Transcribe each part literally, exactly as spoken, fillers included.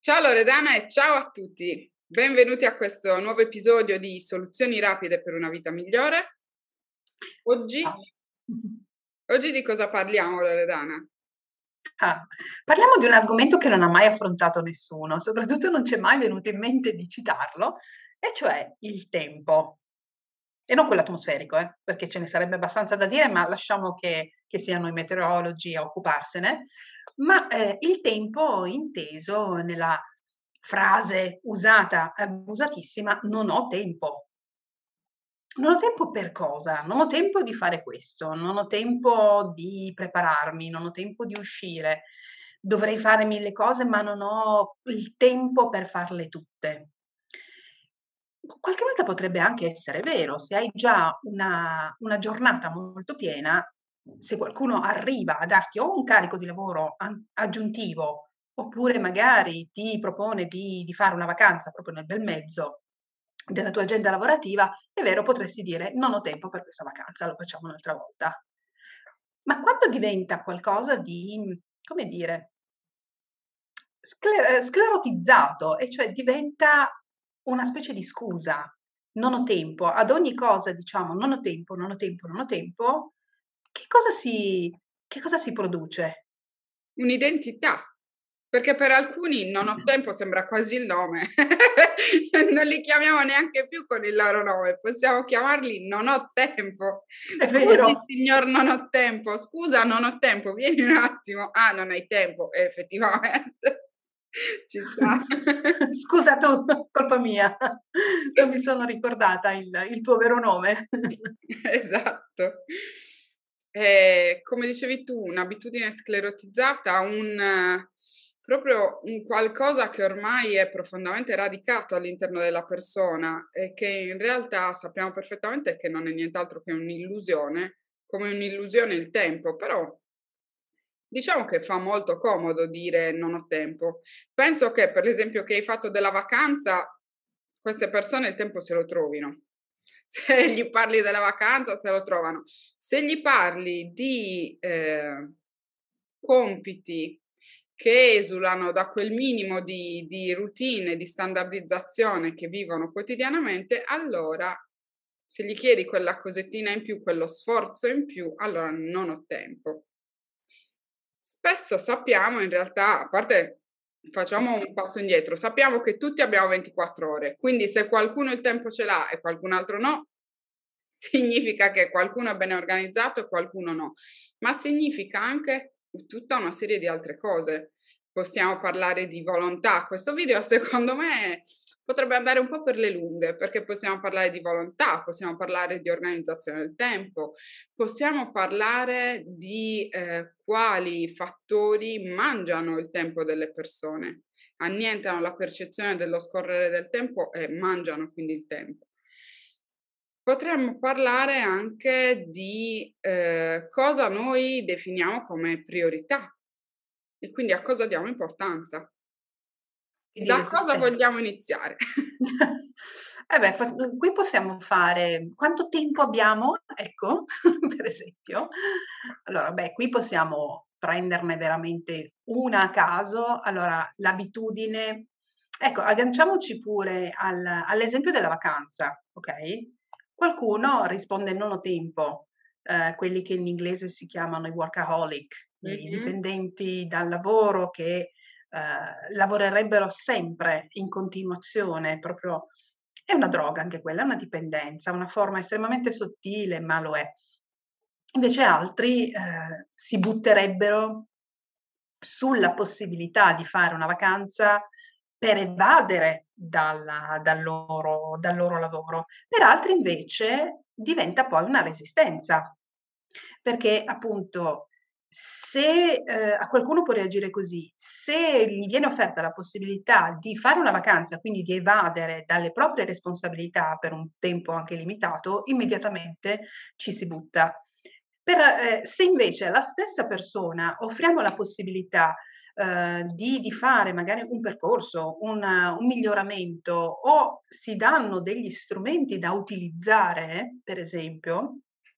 Ciao Loredana e ciao a tutti, benvenuti a questo nuovo episodio di Soluzioni rapide per una vita migliore. Oggi, Ah. oggi di cosa parliamo, Loredana? Ah, parliamo di un argomento che non ha mai affrontato nessuno, soprattutto non ci è mai venuto in mente di citarlo, e cioè il tempo. E non quello atmosferico, eh, perché ce ne sarebbe abbastanza da dire, ma lasciamo che, che siano i meteorologi a occuparsene. Ma eh, il tempo inteso nella frase usata, abusatissima, non ho tempo. Non ho tempo per cosa? Non ho tempo di fare questo, non ho tempo di prepararmi, non ho tempo di uscire. Dovrei fare mille cose, ma non ho il tempo per farle tutte. Qualche volta potrebbe anche essere vero, se hai già una una giornata molto piena, se qualcuno arriva a darti o un carico di lavoro an aggiuntivo, oppure magari ti propone di di fare una vacanza proprio nel bel mezzo della tua agenda lavorativa, è vero, potresti dire: "Non ho tempo per questa vacanza, lo facciamo un'altra volta". Ma quando diventa qualcosa di, mhmm, come dire, scle ehm, sclerotizzato, e cioè diventa una specie di scusa: "Non ho tempo", ad ogni cosa diciamo: "Non ho tempo, non ho tempo, non ho tempo", che cosa si che cosa si produce? Un'identità, perché per alcuni non ho tempo sembra quasi il nome, non li chiamiamo neanche più con il loro nome, possiamo chiamarli non ho tempo. È Scusi vero. signor non ho tempo, scusa non ho tempo, vieni un attimo. Ah, non hai tempo, eh, effettivamente ci sta. Scusa tu, colpa mia, non mi sono ricordata il il tuo vero nome. Esatto. Ehm, come dicevi tu, un'abitudine sclerotizzata, un proprio un qualcosa che ormai è profondamente radicato all'interno della persona e che in realtà sappiamo perfettamente che non è nient'altro che un'illusione, come un'illusione il tempo, però diciamo che fa molto comodo dire: "Non ho tempo". Penso che per l'esempio che hai fatto della vacanza, queste persone il tempo se lo trovino. Se gli parli della vacanza se lo trovano. Se gli parli di, ehm, compiti che esulano da quel minimo di di routine, di standardizzazione che vivono quotidianamente, allora se gli chiedi quella cosettina in più, quello sforzo in più, allora non ho tempo. Spesso sappiamo in realtà, a parte facciamo un passo indietro, sappiamo che tutti abbiamo ventiquattro ore, quindi se qualcuno il tempo ce l'ha e qualcun altro no, significa che qualcuno è bene organizzato e qualcuno no, ma significa anche tutta una serie di altre cose. Possiamo parlare di volontà. Questo video secondo me potrebbe andare un po' per le lunghe, perché possiamo parlare di volontà, possiamo parlare di organizzazione del tempo, possiamo parlare di eh, quali fattori mangiano il tempo delle persone, annientano la percezione dello scorrere del tempo e mangiano quindi il tempo. Potremmo parlare anche di eh, cosa noi definiamo come priorità e quindi a cosa diamo importanza. Quindi Da cosa l'esistenza. vogliamo iniziare? Eh beh, fa mhmm, qui possiamo fare quanto tempo abbiamo, ecco, per esempio. Allora, beh, qui possiamo prenderne veramente una a caso. Allora, l'abitudine, ecco, agganciamoci pure al all'esempio della vacanza, okay? Qualcuno risponde: "Non ho tempo", ehm, quelli che in inglese si chiamano i workaholic, i Mh-mh. dipendenti dal lavoro che ehm, lavorerebbero sempre in continuazione, proprio è una droga anche quella, è una dipendenza, una forma estremamente sottile, ma lo è. Invece altri, ehm, si butterebbero sulla possibilità di fare una vacanza per evadere dalla dal loro dal loro lavoro. Per altri invece diventa poi una resistenza, perché appunto se, ehm, a qualcuno può reagire così, se gli viene offerta la possibilità di fare una vacanza, quindi di evadere dalle proprie responsabilità per un tempo anche limitato, immediatamente ci si butta. Per ehm, se invece alla stessa persona offriamo la possibilità, ehm, di di fare magari un percorso, un un miglioramento, o si danno degli strumenti da utilizzare, per esempio,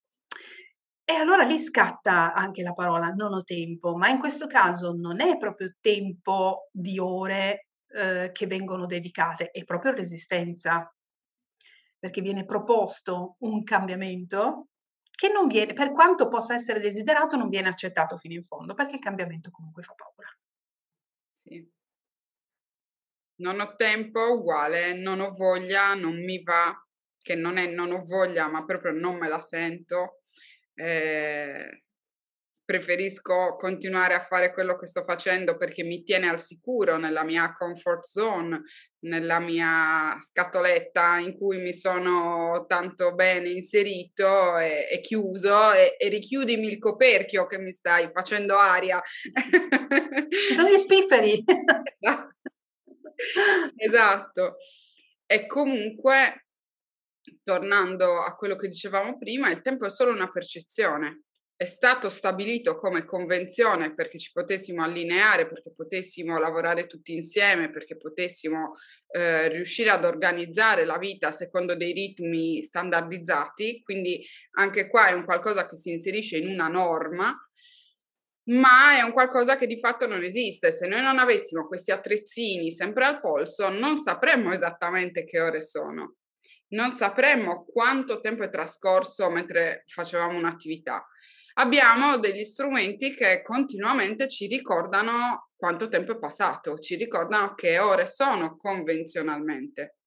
e allora lì scatta anche la parola "non ho tempo", ma in questo caso non è proprio tempo di ore, uhm, che vengono dedicate, è proprio resistenza. Perché viene proposto un cambiamento che non viene per quanto possa essere desiderato, non viene accettato fino in fondo, perché il cambiamento comunque fa paura. Sì. Non ho tempo, uguale, non ho voglia, non mi va, che non è non ho voglia, ma proprio non me la sento. Ehm, preferisco continuare a fare quello che sto facendo perché mi tiene al sicuro nella mia comfort zone, nella mia scatoletta in cui mi sono tanto bene inserito e e chiuso e e richiudimi il coperchio che mi stai facendo aria. Ci sono gli spifferi. Esa esatto. E comunque, tornando a quello che dicevamo prima, il tempo è solo una percezione. È stato stabilito come convenzione perché ci potessimo allineare, perché potessimo lavorare tutti insieme, perché potessimo, ehm, riuscire ad organizzare la vita secondo dei ritmi standardizzati, quindi anche qua è un qualcosa che si inserisce in una norma, ma è un qualcosa che di fatto non esiste. Se noi non avessimo questi attrezzini sempre al polso, non sapremmo esattamente che ore sono. Non sapremmo quanto tempo è trascorso mentre facevamo un'attività. Abbiamo degli strumenti che continuamente ci ricordano quanto tempo è passato, ci ricordano che ore sono convenzionalmente.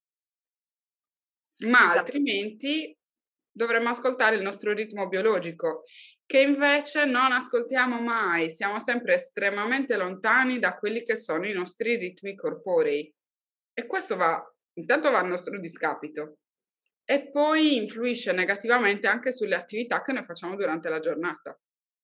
Ma Esatto. altrimenti dovremmo ascoltare il nostro ritmo biologico, che invece non ascoltiamo mai, siamo sempre estremamente lontani da quelli che sono i nostri ritmi corporei. E questo va intanto va a nostro discapito e poi influisce negativamente anche sulle attività che noi facciamo durante la giornata.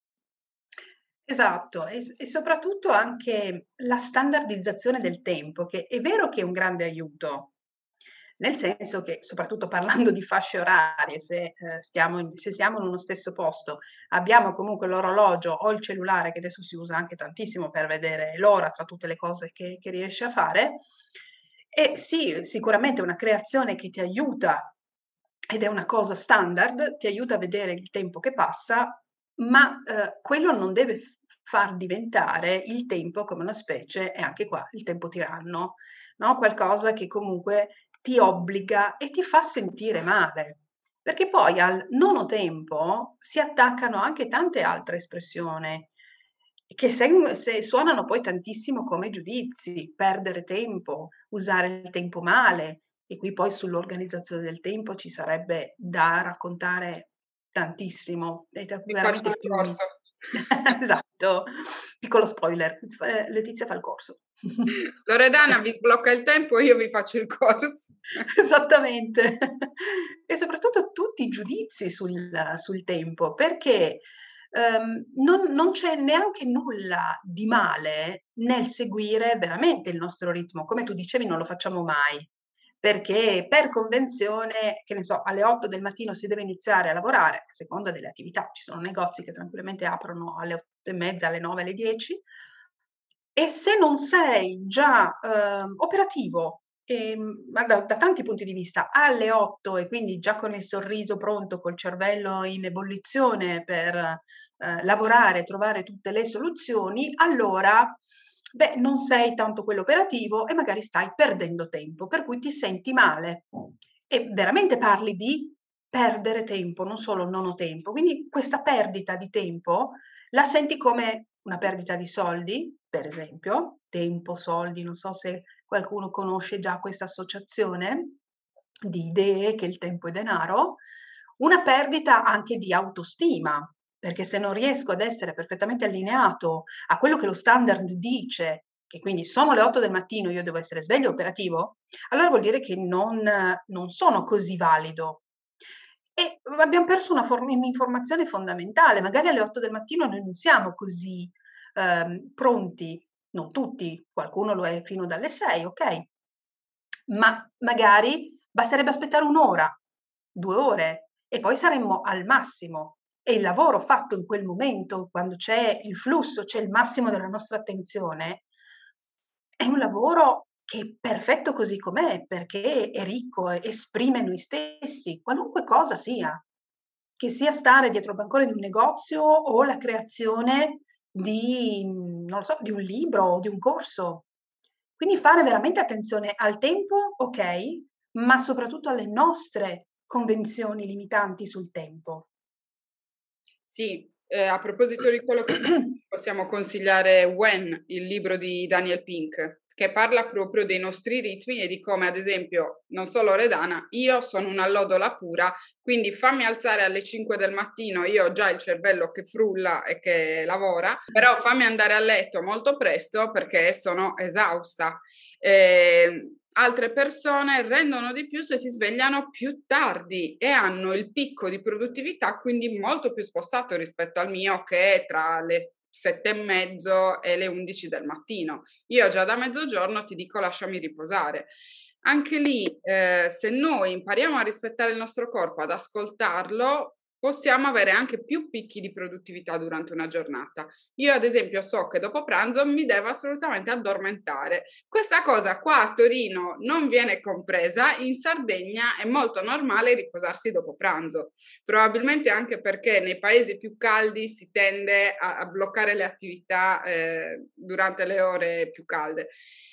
Esatto, e s e soprattutto anche la standardizzazione del tempo, che è vero che è un grande aiuto, nel senso che, soprattutto parlando di fasce orarie, se, ehm, stiamo in se siamo in uno stesso posto, abbiamo comunque l'orologio o il cellulare, che adesso si usa anche tantissimo per vedere l'ora tra tutte le cose che che riesce a fare. E sì, sicuramente è una creazione che ti aiuta ed è una cosa standard, ti aiuta a vedere il tempo che passa, ma, uhm, quello non deve f far diventare il tempo come una specie e anche qua il tempo tiranno, no, qualcosa che comunque ti obbliga e ti fa sentire male. Perché poi al non ho tempo si attaccano anche tante altre espressione che seng se suonano poi tantissimo come giudizi, perdere tempo, usare il tempo male, e qui poi sull'organizzazione del tempo ci sarebbe da raccontare tantissimo, ed è Vi faccio veramente il fiumi. corso. Esatto, piccolo spoiler, f ehm, Letizia fa il corso. Loredana vi sblocca il tempo, io vi faccio il corso. Esattamente. E soprattutto tutti i giudizi sul sul tempo, perché, ehm, non non c'è neanche nulla di male nel seguire veramente il nostro ritmo. Come tu dicevi, non lo facciamo mai, perché per convenzione, che ne so, alle otto del mattino si deve iniziare a lavorare, a seconda delle attività. Ci sono negozi che tranquillamente aprono alle otto e mezza, alle nove, alle dieci. E se non sei già, uhm, operativo, ehm, ma da da tanti punti di vista, alle otto e quindi già con il sorriso pronto, col cervello in ebollizione per, ehm, lavorare, trovare tutte le soluzioni, allora, beh, non sei tanto quello operativo e magari stai perdendo tempo, per cui ti senti male. E veramente parli di perdere tempo, non solo non ho tempo. Quindi questa perdita di tempo la senti come una perdita di soldi, per esempio, tempo, soldi, non so se qualcuno conosce già questa associazione di idee che il tempo è denaro, una perdita anche di autostima, perché se non riesco ad essere perfettamente allineato a quello che lo standard dice, che quindi sono le otto del mattino, io devo essere sveglio e operativo, allora vuol dire che non non sono così valido. E v abbiam perso una form un'informazione fondamentale, magari alle otto del mattino noi non siamo così, ehm, pronti, non tutti, qualcuno lo è fino dalle sei, okay, ma magari basterebbe aspettare un' ora, due ore e poi saremmo al massimo. E il lavoro fatto in quel momento, quando c'è il flusso, c'è il massimo della nostra attenzione, è un lavoro che è perfetto così com'è, perché è ricco, e esprime noi stessi, qualunque cosa sia. Che sia stare dietro il bancone di un negozio o la creazione di mhmm, non lo so, di un libro o di un corso. Quindi fare veramente attenzione al tempo, ok, ma soprattutto alle nostre convenzioni limitanti sul tempo. Sì, ehm, a proposito di quello che possiamo consigliare When, il libro di Daniel Pink, che parla proprio dei nostri ritmi e di come, ad esempio, non so Loredana, io sono un'allodola pura, quindi fammi alzare alle cinque del mattino, io ho già il cervello che frulla e che lavora, però fammi andare a letto molto presto perché sono esausta. Ehm, altre persone rendono di più se si svegliano più tardi e hanno il picco di produttività quindi molto più spostato rispetto al mio, che è tra le sette e mezzo e le undici del mattino. Io già da mezzogiorno ti dico lasciami riposare. Anche lì, eh, se noi impariamo a rispettare il nostro corpo, ad ascoltarlo, possiamo avere anche più picchi di produttività durante una giornata. Io, ad esempio, so che dopo pranzo mi devo assolutamente addormentare. Questa cosa qua a Torino non viene compresa, in Sardegna è molto normale riposarsi dopo pranzo, probabilmente anche perché nei paesi più caldi si tende a, a bloccare le attività eh, durante le ore più calde.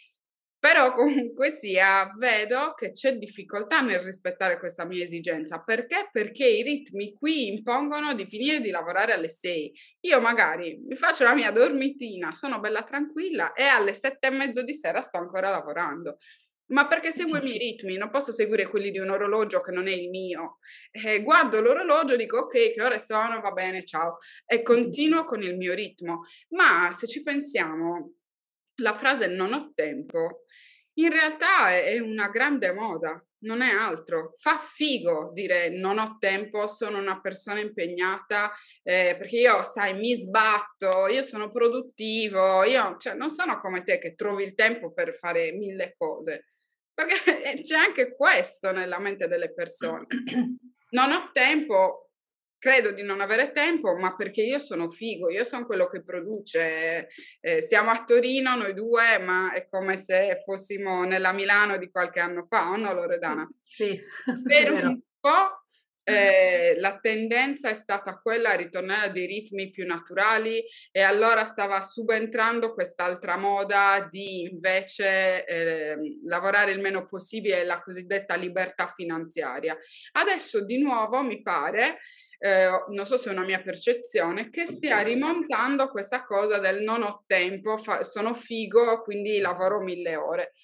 Però comunque sia, vedo che c'è difficoltà nel rispettare questa mia esigenza. Perché? Perché i ritmi qui impongono di finire di lavorare alle sei. Io magari mi faccio la mia dormitina, sono bella tranquilla e alle sette e mezzo di sera sto ancora lavorando. Ma perché seguo i miei ritmi, non posso seguire quelli di un orologio che non è il mio. Eh, guardo l'orologio, dico ok, che ore sono, va bene, ciao, e continuo con il mio ritmo. Ma se ci pensiamo, la frase non ho tempo in realtà è una grande moda, non è altro. Fa figo dire non ho tempo, sono una persona impegnata, eh, perché io, sai, mi sbatto, io sono produttivo, io cioè, non sono come te che trovi il tempo per fare mille cose, perché c'è anche questo nella mente delle persone. Non ho tempo, credo di non avere tempo, ma perché io sono figo, io sono quello che produce. Eh, siamo a Torino noi due, ma è come se fossimo nella Milano di qualche anno fa, o no Loredana? Sì, è Per vero. un po' eh, la tendenza è stata quella a ritornare a dei ritmi più naturali e allora stava subentrando quest'altra moda di invece eh, lavorare il meno possibile, la cosiddetta libertà finanziaria. Adesso di nuovo mi pare, eh, non so se è una mia percezione, che stia rimontando questa cosa del non ho tempo, fa- sono figo, quindi lavoro mille ore.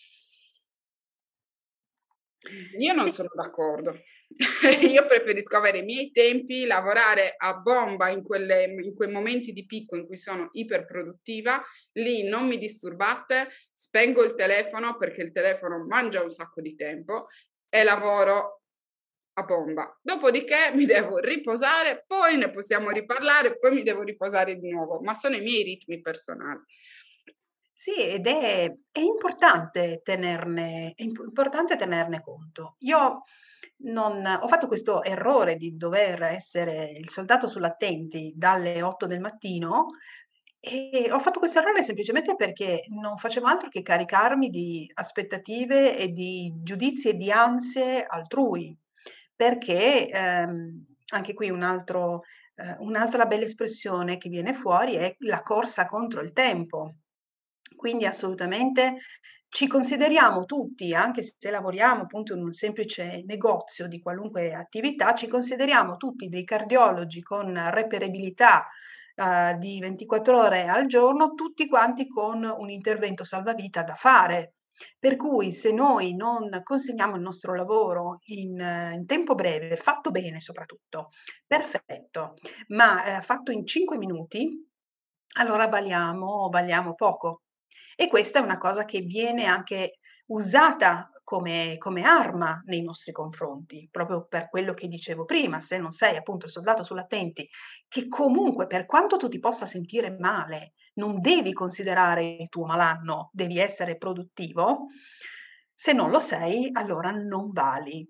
Io non Sì. sono d'accordo. Io preferisco avere i miei tempi, lavorare a bomba in, quelle, in quei momenti di picco in cui sono iperproduttiva, lì non mi disturbate, spengo il telefono perché il telefono mangia un sacco di tempo e lavoro a bomba. Dopodiché mi devo riposare, poi ne possiamo riparlare, poi mi devo riposare di nuovo, ma sono i miei ritmi personali. Sì, ed è è importante tenerne è imp importante tenerne conto. Io non ho fatto questo errore di dover essere il soldato sull'attenti dalle otto del mattino, e ho fatto questo errore semplicemente perché non facevo altro che caricarmi di aspettative e di giudizi e di ansie altrui. Perché, ehm, anche qui un altro ehm, un'altra bella espressione che viene fuori è la corsa contro il tempo. Quindi assolutamente ci consideriamo tutti, anche se lavoriamo appunto in un semplice negozio di qualunque attività, ci consideriamo tutti dei cardiologi con reperibilità, uhm, di ventiquattro ore al giorno, tutti quanti con un intervento salvavita da fare. Per cui se noi non consegniamo il nostro lavoro in eh, in tempo breve, fatto bene soprattutto, perfetto, ma, ehm, fatto in cinque minuti, allora valiamo valiamo poco. E questa è una cosa che viene anche usata come come arma nei nostri confronti, proprio per quello che dicevo prima, se non sei appunto il soldato sull'attenti, che comunque per quanto tu ti possa sentire male, non devi considerare il tuo malanno, devi essere produttivo, se non lo sei allora non vali.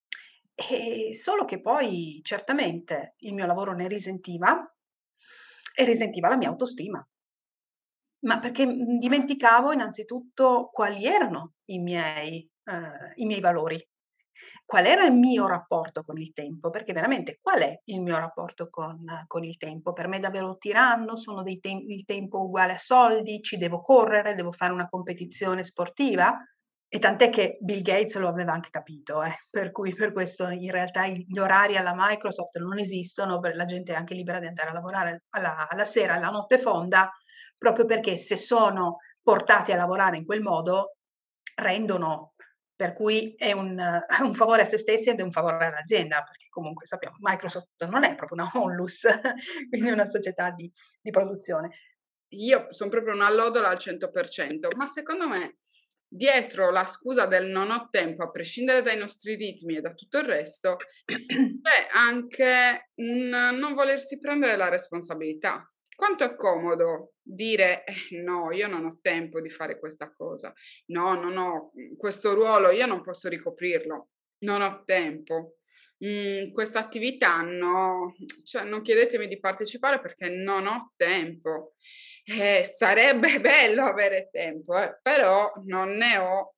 E solo che poi certamente il mio lavoro ne risentiva e risentiva la mia autostima. Ma perché, mhmm, dimenticavo innanzitutto quali erano i miei ehm, i miei valori. Qual era il mio rapporto con il tempo? Perché veramente qual è il mio rapporto con con il tempo? Per me è davvero tiranno? Sono dei tem il tempo uguale a soldi? Ci devo correre? Devo fare una competizione sportiva? E tant'è che Bill Gates lo aveva anche capito, eh, per cui per questo in realtà i gli orari alla Microsoft non esistono, per la gente è anche libera di andare a lavorare alla alla sera, alla notte fonda, proprio perché se sono portati a lavorare in quel modo rendono, per cui è un un favore a se stessi ed è un favore all'azienda, perché comunque sappiamo Microsoft non è proprio una onlus, quindi è una società di di produzione. Io son proprio una allodola al cento per cento, ma secondo me dietro la scusa del "non ho tempo", a prescindere dai nostri ritmi e da tutto il resto, c'è anche un non volersi prendere la responsabilità. Quanto è comodo dire: "Eh, no, io non ho tempo di fare questa cosa. No, non ho mhmm, questo ruolo io non posso ricoprirlo. Non ho tempo. Mhmm, questa attività no, cioè non chiedetemi di partecipare perché non ho tempo". Eh, sarebbe bello avere tempo, eh, però non ne ho.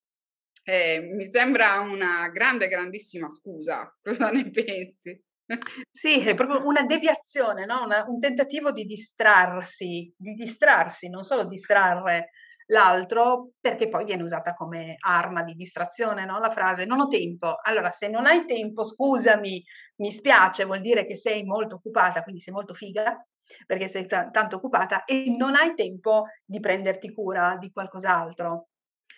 Eh, mi sembra una grande, grandissima scusa. Cosa ne pensi? Sì, è proprio una deviazione, no, una un tentativo di distrarsi di distrarsi, non solo distrarre l'altro, perché poi viene usata come arma di distrazione, no, la frase: "Non ho tempo". Allora, se non hai tempo, scusami, mi spiace, vuol dire che sei molto occupata, quindi sei molto figa, perché sei ta tanto occupata e non hai tempo di prenderti cura di qualcos'altro.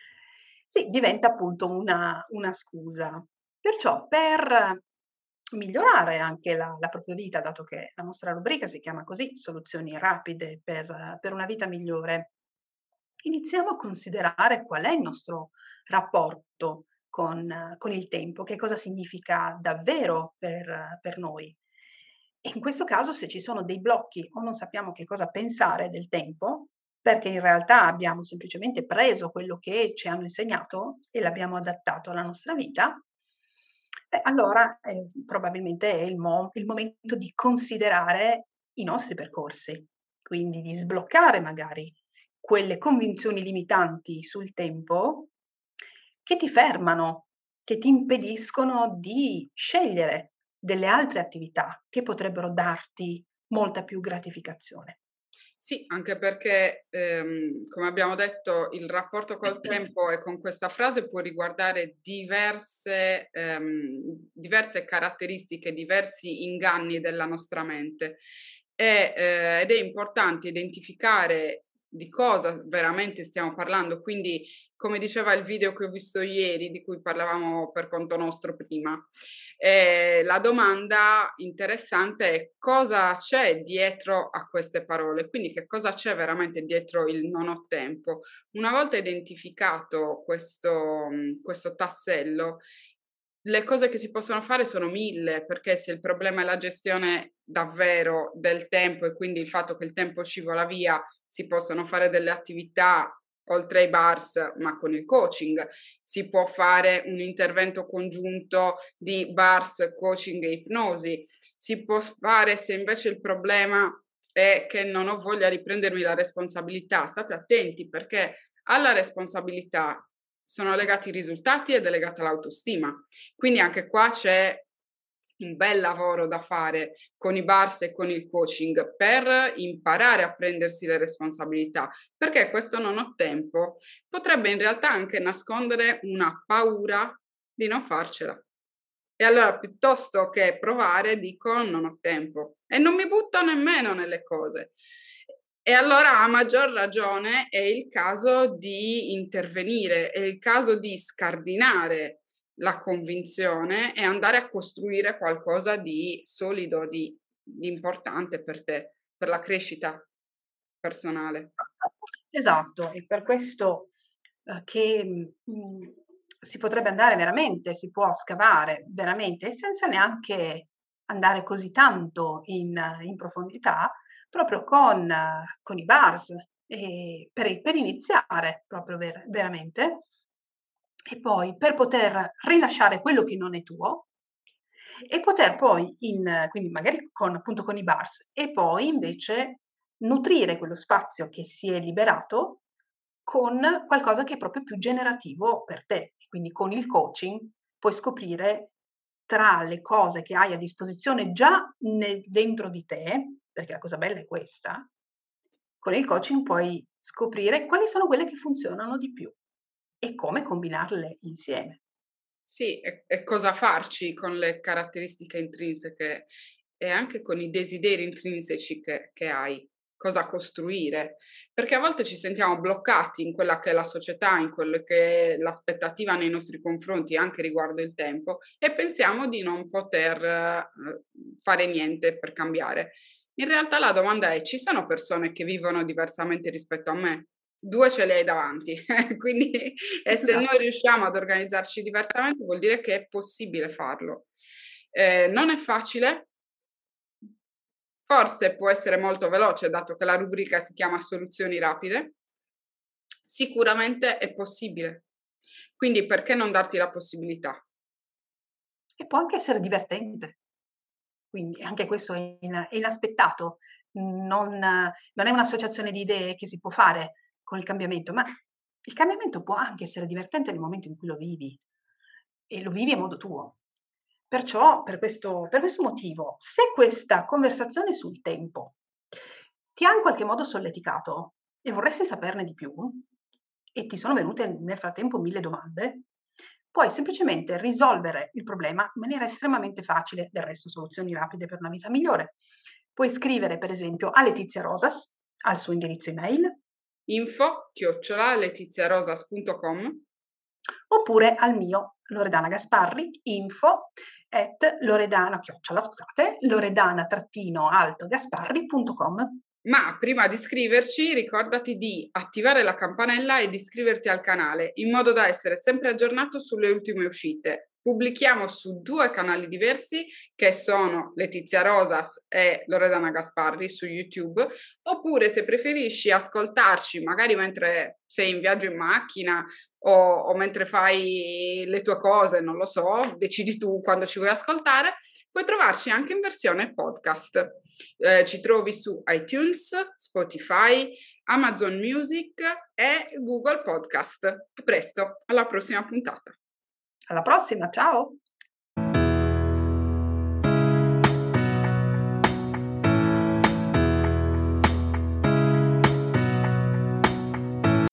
Sì, diventa appunto una una scusa. Perciò per migliorare anche la la propria vita, dato che la nostra rubrica si chiama così, soluzioni rapide per per una vita migliore, iniziamo a considerare qual è il nostro rapporto con con il tempo, che cosa significa davvero per per noi. E in questo caso se ci sono dei blocchi o non sappiamo che cosa pensare del tempo, perché in realtà abbiamo semplicemente preso quello che ci hanno insegnato e l'abbiamo adattato alla nostra vita, eh, allora, ehm, probabilmente è il mo il momento di considerare i nostri percorsi, quindi di sbloccare magari quelle convinzioni limitanti sul tempo che ti fermano, che ti impediscono di scegliere delle altre attività che potrebbero darti molta più gratificazione. Sì, anche perché, ehm, come abbiamo detto, il rapporto col tempo e con questa frase può riguardare diverse, ehm, diverse caratteristiche, diversi inganni della nostra mente. E, ehm, ed è importante identificare di cosa veramente stiamo parlando. Quindi, come diceva il video che ho visto ieri, di cui parlavamo per conto nostro prima, ehm, la domanda interessante è: cosa c'è dietro a queste parole? Quindi che cosa c'è veramente dietro il "non ho tempo"? Una volta identificato questo mhmm, questo tassello, le cose che si possono fare sono mille, perché se il problema è la gestione davvero del tempo e quindi il fatto che il tempo scivola via, si possono fare delle attività oltre ai bars, ma con il coaching. Si può fare un intervento congiunto di bars, coaching e ipnosi. Si può s fare se invece il problema è che non ho voglia di prendermi la responsabilità. State attenti perché alla responsabilità sono legati i risultati ed è legata l'autostima. Quindi anche qua c'è un bel lavoro da fare con i bars e con il coaching per imparare a prendersi le responsabilità, perché questo "non ho tempo" potrebbe in realtà anche nascondere una paura di non farcela. E allora piuttosto che provare dico: "Non ho tempo" e non mi butto nemmeno nelle cose. E allora a maggior ragione è il caso di intervenire, è il caso di scardinare la convinzione e andare a costruire qualcosa di solido, di di importante per te, per la crescita personale. Esatto, e per questo, uhm, che, mhmm, si potrebbe andare veramente si può scavare veramente e senza neanche andare così tanto in in profondità, proprio con eh, con i bars, ehm, per i per iniziare proprio ver veramente, e poi per poter rilasciare quello che non è tuo e poter poi in quindi magari con appunto con i bars, e poi invece nutrire quello spazio che si è liberato con qualcosa che è proprio più generativo per te, quindi con il coaching puoi scoprire tra le cose che hai a disposizione già nel dentro di te, perché la cosa bella è questa, con il coaching puoi scoprire quali sono quelle che funzionano di più e come combinarle insieme. Sì, e e cosa farci con le caratteristiche intrinseche e anche con i desideri intrinseci che che hai, cosa costruire. Perché a volte ci sentiamo bloccati in quella che è la società, in quello che è l'aspettativa nei nostri confronti, anche riguardo il tempo, e pensiamo di non poter, uhm, fare niente per cambiare. In realtà la domanda è: ci sono persone che vivono diversamente rispetto a me? due ce le hai davanti, quindi e se noi Esatto. riusciamo ad organizzarci diversamente vuol dire che è possibile farlo. Ehm, non è facile, forse può essere molto veloce, dato che la rubrica si chiama "Soluzioni rapide", sicuramente è possibile. Quindi perché non darti la possibilità? E può anche essere divertente. Quindi anche questo è in è inaspettato. Non non è un'associazione di idee che si può fare con il cambiamento, ma il cambiamento può anche essere divertente nel momento in cui lo vivi e lo vivi a modo tuo. Perciò per questo per questo motivo, se questa conversazione sul tempo ti ha in qualche modo solleticato e vorresti saperne di più e ti sono venute nel frattempo mille domande, puoi semplicemente risolvere il problema in maniera estremamente facile, del resto soluzioni rapide per una vita migliore. Puoi scrivere per esempio a Letizia Rosas, al suo indirizzo email, Info chiocciola letiziarosas punto com. oppure al mio Loredana Gasparri, info at loredana chiocciola scusate, loredana trattino alto gasparri punto com. Ma prima di iscriverci ricordati di attivare la campanella e di iscriverti al canale, in modo da essere sempre aggiornato sulle ultime uscite. Pubblichiamo su due canali diversi, che sono Letizia Rosas e Loredana Gasparri su YouTube, oppure se preferisci ascoltarci magari mentre sei in viaggio in macchina o, o mentre fai le tue cose, non lo so, decidi tu quando ci vuoi ascoltare, puoi trovarci anche in versione podcast. Eh, ci trovi su iTunes, Spotify, Amazon Music e Google Podcast. A presto, alla prossima puntata. Alla prossima, ciao!